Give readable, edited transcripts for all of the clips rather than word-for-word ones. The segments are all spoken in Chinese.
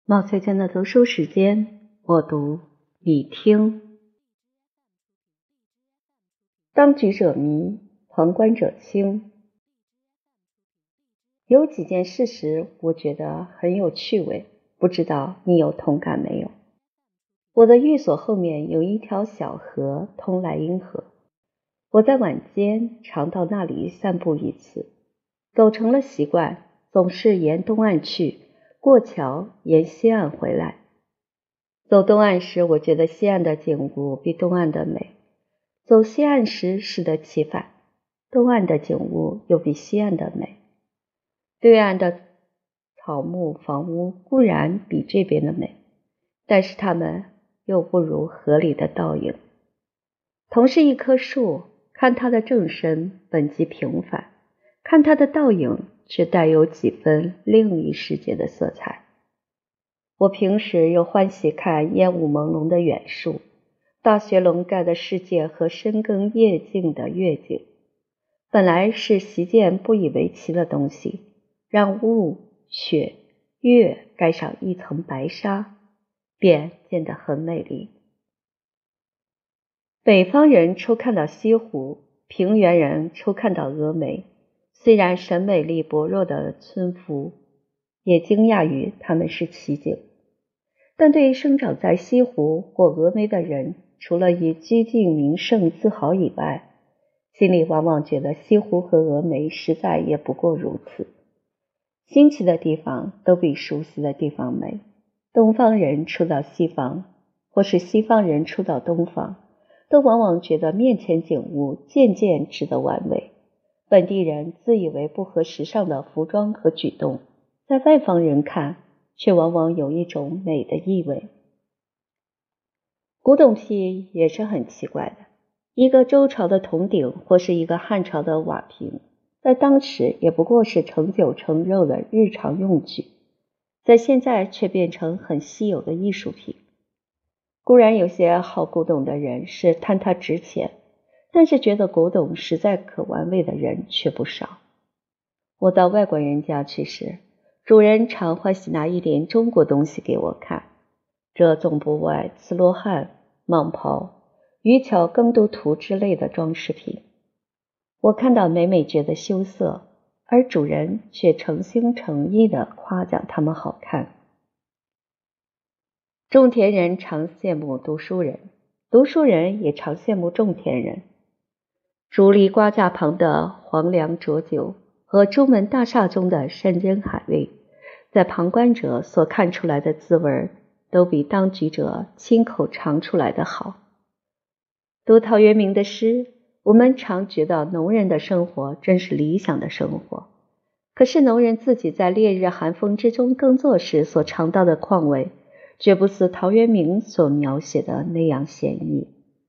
毛翠娟的读书时间，我读你听。当局者迷，旁观者清。有几件事实我觉得很有趣味，不知道你有同感没有？我的寓所后面有一条小河，通莱茵河。我在晚间常到那里散步一次，走成了习惯，总是沿东岸去，过桥沿西岸回来。走东岸时，我觉得西岸的景物比东岸的美；走西岸时适得其反，东岸的景物又比西岸的美。对岸的草木房屋固然比这边的美，但是它们又不如河里的倒影。同是一棵树，看它的正身本即平凡，看它的倒影却带有几分另一世界的色彩。我平时又欢喜看烟雾朦胧的远树，大雪笼盖的世界和深更夜静的月景，本来是习见不以为奇的东西，让雾、雪、月盖上一层白纱，便见得很美丽。北方人初看到西湖，平原人初看到峨眉，虽然审美力薄弱的村夫，也惊讶于他们是奇景。但对于生长在西湖或峨眉的人，除了以居境名胜自豪以外，心里往往觉得西湖和峨眉实在也不过如此。新奇的地方都比熟悉的地方美。东方人初到西方，或是西方人初到东方，都往往觉得面前景物渐渐值得玩味。本地人自以为不合时尚的服装和举动，在外方人看却往往有一种美的意味。古董癖也是很奇怪的，一个周朝的铜鼎或是一个汉朝的瓦瓶，在当时也不过是盛酒盛肉的日常用具，在现在却变成很稀有的艺术品。固然有些好古董的人是贪它值钱，但是觉得古董实在可玩味的人却不少。我到外国人家去时，主人常欢喜拿一点中国东西给我看，这总不外瓷罗汉、蟒袍、渔樵耕读图之类的装饰品。我看到每每觉得羞涩，而主人却诚心诚意地夸奖它们好看。种田人常羡慕读书人，读书人也常羡慕种田人。竹篱瓜架旁的黄粱浊酒和朱门大厦中的山珍海味，在旁观者所看出来的滋味，都比当局者亲口尝出来的好。读陶渊明的诗，我们常觉得农人的生活真是理想的生活，可是农人自己在烈日寒风之中耕作时所尝到的况味，绝不似陶渊明所描写的那样闲逸。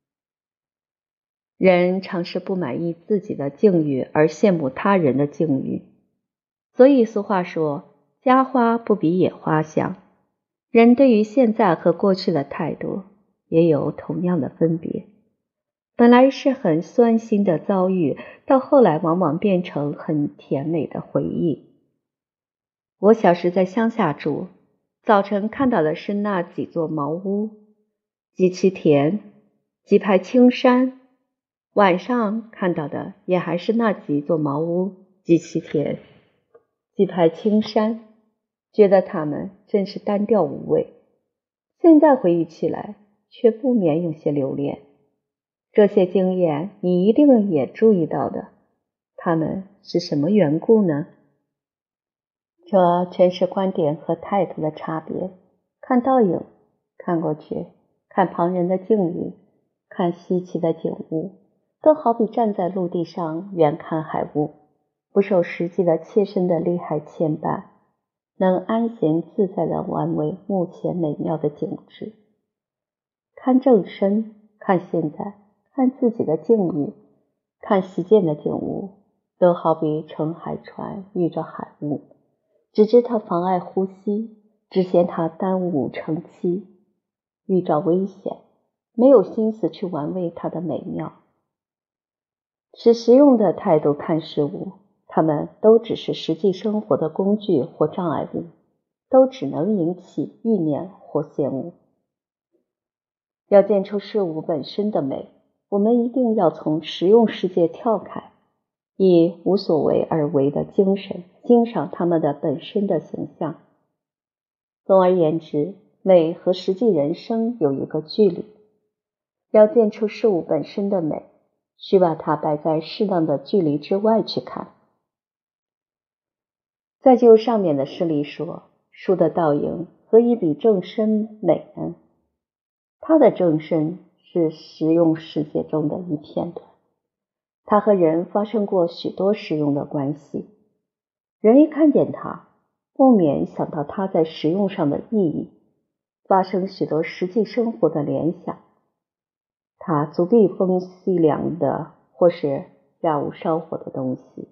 人常是不满意自己的境遇而羡慕他人的境遇，所以俗话说，家花不比野花香。人对于现在和过去的态度也有同样的分别。本来是很酸辛的遭遇，到后来往往变成很甜美的回忆。我小时在乡下住，早晨看到的是那几座茅屋，几畦田，几排青山，晚上看到的也还是那几座茅屋，几畦田，几排青山，觉得它们真是单调无味。现在回忆起来，却不免有些留恋。这些经验你一定也注意到的，它们是什么缘故呢？这全是观点和态度的差别。看倒影，看过去，看旁人的境遇，看稀奇的景物，都好比站在陆地上远看海物，不受实际的切身的利害牵绊，能安闲自在地玩味目前美妙的景致。看正身，看现在，看自己的境遇，看习见的景物，都好比乘海船遇着海雾，只知它妨碍呼吸，只嫌它耽误乘期，遇着危险，没有心思去玩味它的美妙。持实用的态度看事物，它们都只是实际生活的工具或障碍物。 都只能引起欲念或羡慕。要见出事物本身的美，我们一定要从实用世界跳开，以无所为而为的精神欣赏它们的本身的形象。总而言之，美和实际人生有一个距离。要见出事物本身的美，需把它摆在适当的距离之外去看。再就上面的事例说，树的倒影何以比正身美呢？它的正身是实用世界中的一片段，它和人发生过许多实用的关系，人一看见它，不免想到它在实用上的意义，发生许多实际生活的联想。它足避风吸凉的，或是家务烧火的东西。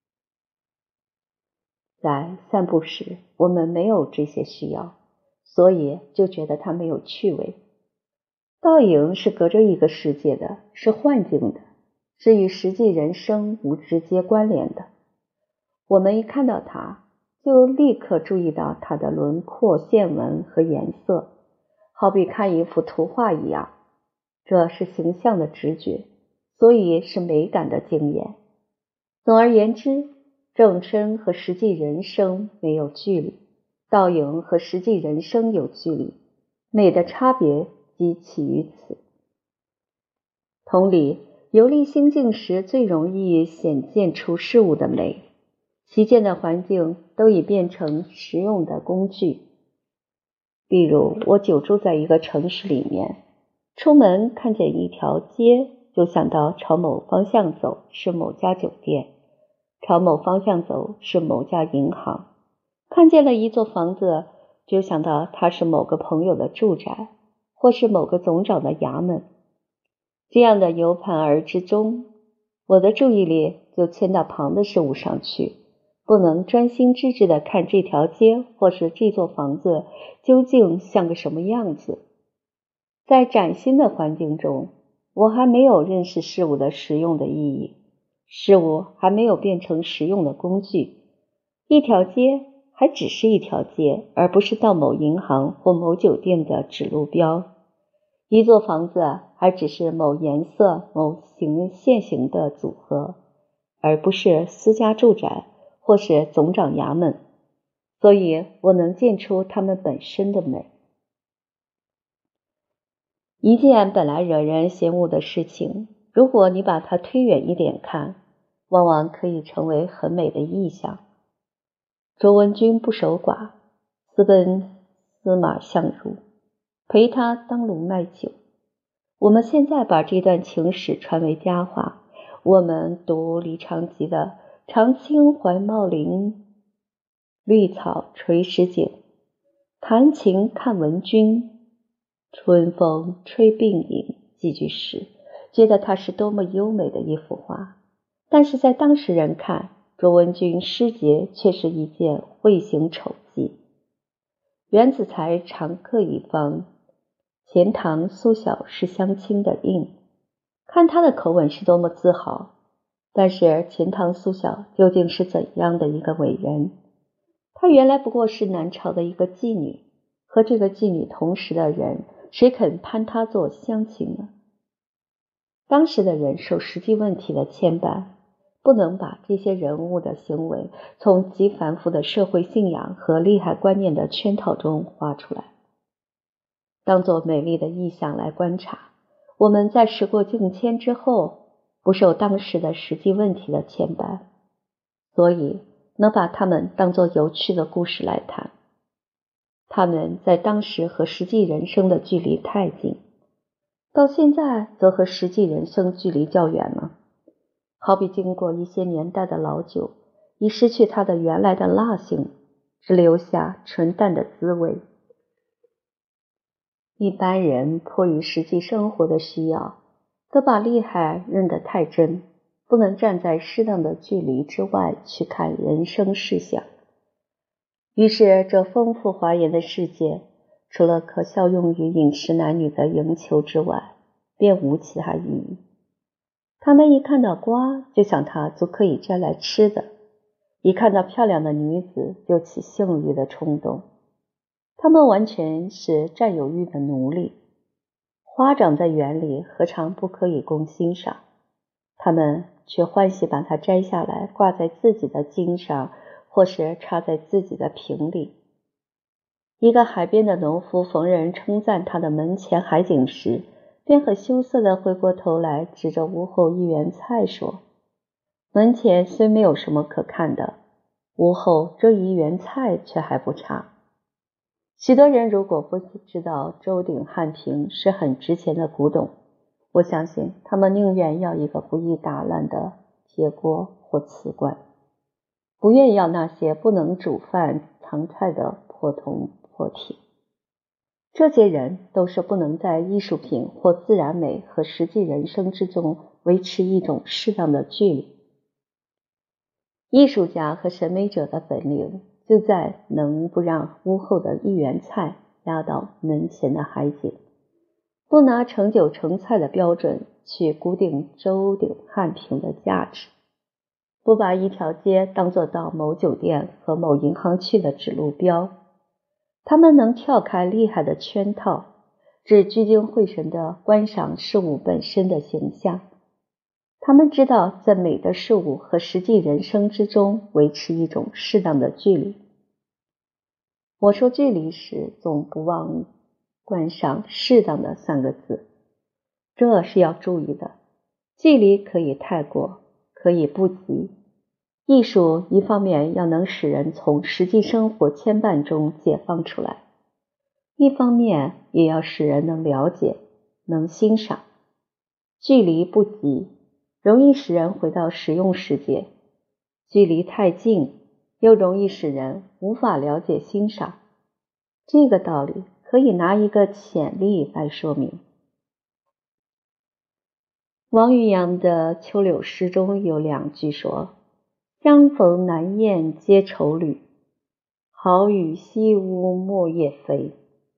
在散步时，我们没有这些需要，所以就觉得它没有趣味。倒影是隔着一个世界的，是幻境的，是与实际人生无直接关联的。我们一看到它，就立刻注意到它的轮廓、线纹和颜色，好比看一幅图画一样。这是形象的直觉，所以是美感的经验。总而言之，正身和实际人生没有距离，倒影和实际人生有距离，美的差别即起于此。同理，游历心境时最容易显见出事物的美，其见的环境都已变成实用的工具。例如，我久住在一个城市里面，出门看见一条街，就想到朝某方向走是某家酒店，朝某方向走是某家银行。看见了一座房子，就想到它是某个朋友的住宅，或是某个总长的衙门。这样的由盘而至中，我的注意力就迁到旁的事物上去，不能专心致志地看这条街或是这座房子究竟像个什么样子。在崭新的环境中，我还没有认识事物的实用的意义，事物还没有变成实用的工具，一条街还只是一条街，而不是到某银行或某酒店的指路标，一座房子还只是某颜色、某线型的组合，而不是私家住宅或是总长衙门，所以我能见出它们本身的美。一件本来惹人嫌恶的事情，如果你把它推远一点看，往往可以成为很美的意象。卓文君不守寡，私奔司马相如，陪他当炉卖酒。我们现在把这段情史传为佳话，我们读李长吉的长青怀茂林，绿草垂石井，弹琴看文君，春风吹鬓影几句诗，觉得它是多么优美的一幅画。但是在当时人看，卓文君诗节却是一件秽行丑迹。袁子才常客一方，钱塘苏小是相亲的印，看他的口吻是多么自豪。但是钱塘苏小究竟是怎样的一个伟人？她原来不过是南朝的一个妓女，和这个妓女同时的人，谁肯攀她做乡亲呢？当时的人受实际问题的牵绊，不能把这些人物的行为从极繁复的社会信仰和利害观念的圈套中画出来，当作美丽的意象来观察。我们在时过境迁之后，不受当时的实际问题的牵绊，所以能把它们当作有趣的故事来谈。他们在当时和实际人生的距离太近，到现在则和实际人生距离较远了，好比经过一些年代的老酒，已失去它的原来的辣性，只留下纯淡的滋味。一般人迫于实际生活的需要，则把厉害认得太真，不能站在适当的距离之外去看人生事项。于是这丰富华严的世界，除了可效用于饮食男女的营求之外，便无其他意义。他们一看到瓜，就想它足可以摘来吃的；一看到漂亮的女子，就起性欲的冲动； 他们完全是占有欲的奴隶。花长在园里，何尝不可以供欣赏？他们却欢喜把它摘下来，挂在自己的茎上，或是插在自己的瓶里。一个海边的农夫逢人称赞他的门前海景时，便很羞涩地回过头来，指着屋后一园菜说：门前虽没有什么可看的，屋后这一园菜却还不差。许多人如果不知道周鼎汉瓶是很值钱的古董，我相信他们宁愿要一个不易打烂的铁锅或瓷罐，不愿要那些不能煮饭藏菜的破铜破铁。这些人都是不能在艺术品或自然美和实际人生之中维持一种适当的距离。艺术家和审美者的本领就在能不让屋后的一园菜压到门前的海景，不拿盛酒盛菜的标准去估定周鼎汉瓶的价值，不把一条街当作到某酒店和某银行去的指路标。他们能跳开厉害的圈套，只聚精会神地观赏事物本身的形象。他们知道在美的事物和实际人生之中维持一种适当的距离。我说距离时，总不忘冠上适当的3个字，这是要注意的。距离可以太过，可以不及。艺术一方面要能使人从实际生活牵绊中解放出来，一方面也要使人能了解，能欣赏。距离不及，容易使人回到实用世界；距离太近，又容易使人无法了解欣赏。这个道理可以拿一个潜力来说明。王渔洋的《秋柳》诗中有2句说：相逢难宴皆愁侣，好雨西屋莫夜飞。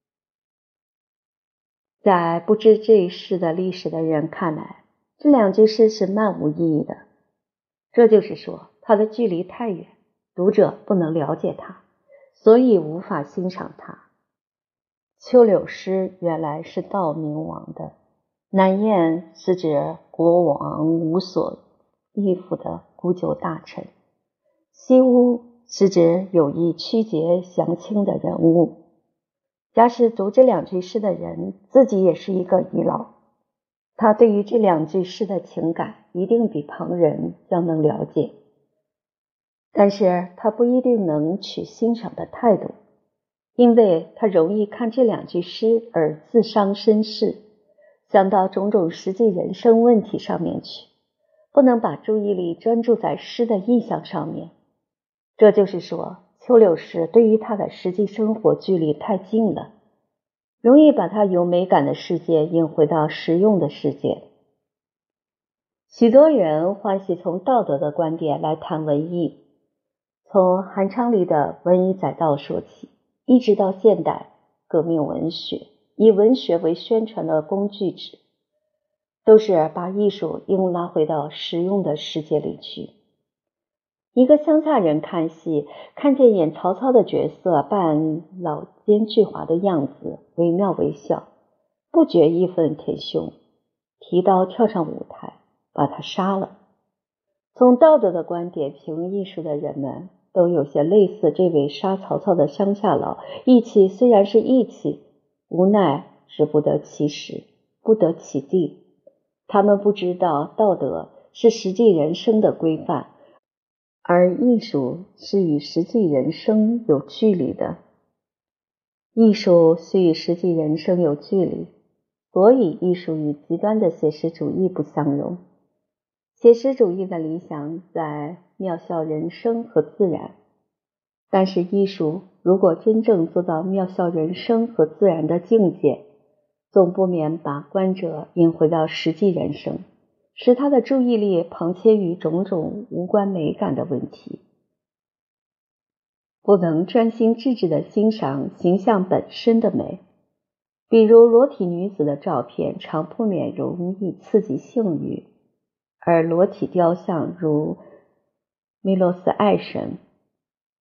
在不知这诗的历史的人看来，这2句诗是漫无意义的。这就是说，它的距离太远，读者不能了解它，所以无法欣赏它。秋柳诗原来是悼明王的，难宴是指国王无所依附的孤旧大臣，西屋是指有意曲节降清的人物。假使读这2句诗的人自己也是一个遗老，他对于这2句诗的情感一定比旁人要能了解，但是他不一定能取欣赏的态度，因为他容易看这2句诗而自伤身世，想到种种实际人生问题上面去，不能把注意力专注在诗的意象上面。这就是说，秋柳诗对于他的实际生活距离太近了，容易把他由美感的世界引回到实用的世界。许多人欢喜从道德的观点来谈文艺，从韩昌黎的文以载道说起，一直到现代革命文学，以文学为宣传的工具纸，都是把艺术硬拉回到实用的世界里去。一个乡下人看戏，看见演曹操的角色扮老奸巨猾的样子，惟妙惟肖，不觉义愤填胸，提刀跳上舞台，把他杀了。从道德的观点评艺术的人们，都有些类似这位杀曹操的乡下佬，义气虽然是义气，无奈是不得其时，不得其地。他们不知道道德是实际人生的规范，而艺术是与实际人生有距离的。艺术是与实际人生有距离，所以艺术与极端的写实主义不相容。写实主义的理想在妙效人生和自然，但是艺术如果真正做到妙效人生和自然的境界，总不免把观者引回到实际人生，使他的注意力旁切于种种无关美感的问题，不能专心致志地欣赏形象本身的美。比如裸体女子的照片常不免容易刺激性欲，而裸体雕像如米洛斯爱神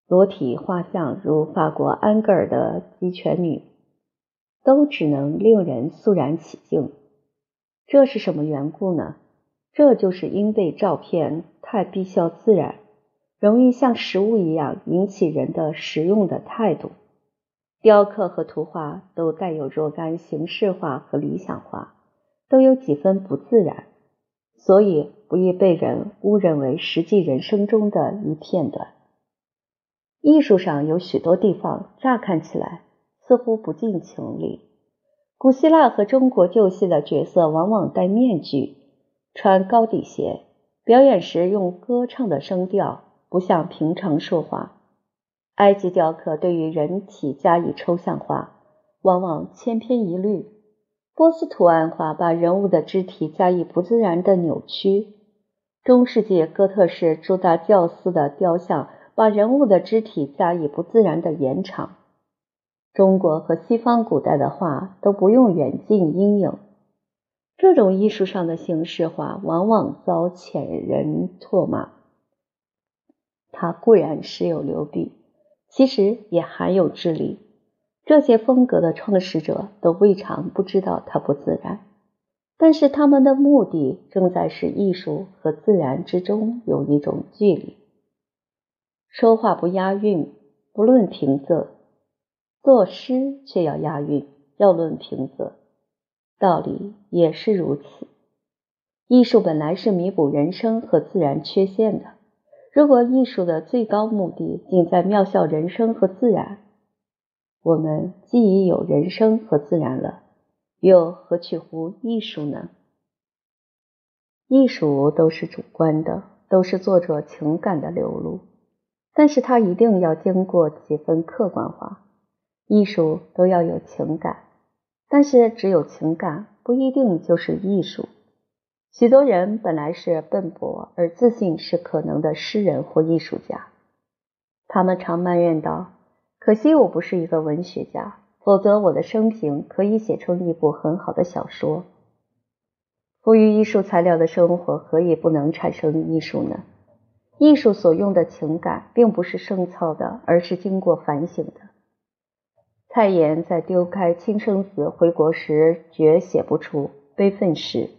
裸体画像如法国安格尔的鸡犬女，都只能令人肃然起敬。这是什么缘故呢？这就是因为照片太逼肖自然，容易像食物一样引起人的食用的态度。雕刻和图画都带有若干形式化和理想化，都有几分不自然，所以不易被人误认为实际人生中的一片段。艺术上有许多地方乍看起来似乎不近情理。古希腊和中国旧戏的角色往往戴面具，穿高底鞋，表演时用歌唱的声调，不像平常说话。埃及雕刻对于人体加以抽象化，往往千篇一律。波斯图案画把人物的肢体加以不自然的扭曲。中世纪哥特式朱大教司的雕像把人物的肢体加以不自然的延长。中国和西方古代的画都不用远近阴影。这种艺术上的形式化往往遭前人唾骂。它固然时有流弊，其实也含有智理。这些风格的创始者都未尝不知道它不自然，但是他们的目的正在使艺术和自然之中有一种距离。说话不押韵，不论平仄；作诗却要押韵，要论平仄。道理也是如此。艺术本来是弥补人生和自然缺陷的，如果艺术的最高目的仅在妙效人生和自然，我们既已有人生和自然了，又何取乎艺术呢？艺术都是主观的，都是作者情感的流露，但是它一定要经过几分客观化。艺术都要有情感，但是只有情感不一定就是艺术。许多人本来是笨拙而自信是可能的诗人或艺术家，他们常埋怨道：可惜我不是一个文学家，否则我的生平可以写成一部很好的小说。富于艺术材料的生活何以不能产生艺术呢？艺术所用的情感并不是生糙的，而是经过反省的。蔡琰在丢开亲生子回国时绝写不出悲愤诗：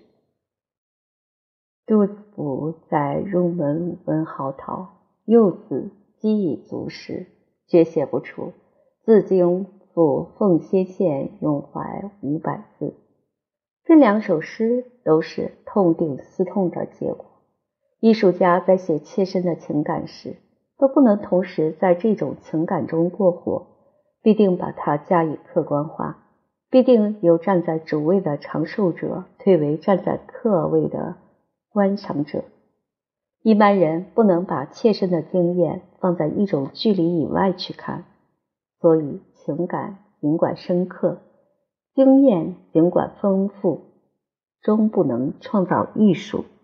杜甫在入门闻嚎啕，幼子饥已足食，绝写不出自京赴奉先县咏怀500字。这两首诗都是痛定思痛的结果。艺术家在写切身的情感时，都不能同时在这种情感中过活，必定把它加以客观化，必定由站在主位的长寿者退为站在客位的观赏者。一般人不能把切身的经验放在一种距离以外去看，所以情感尽管深刻，经验尽管丰富，终不能创造艺术。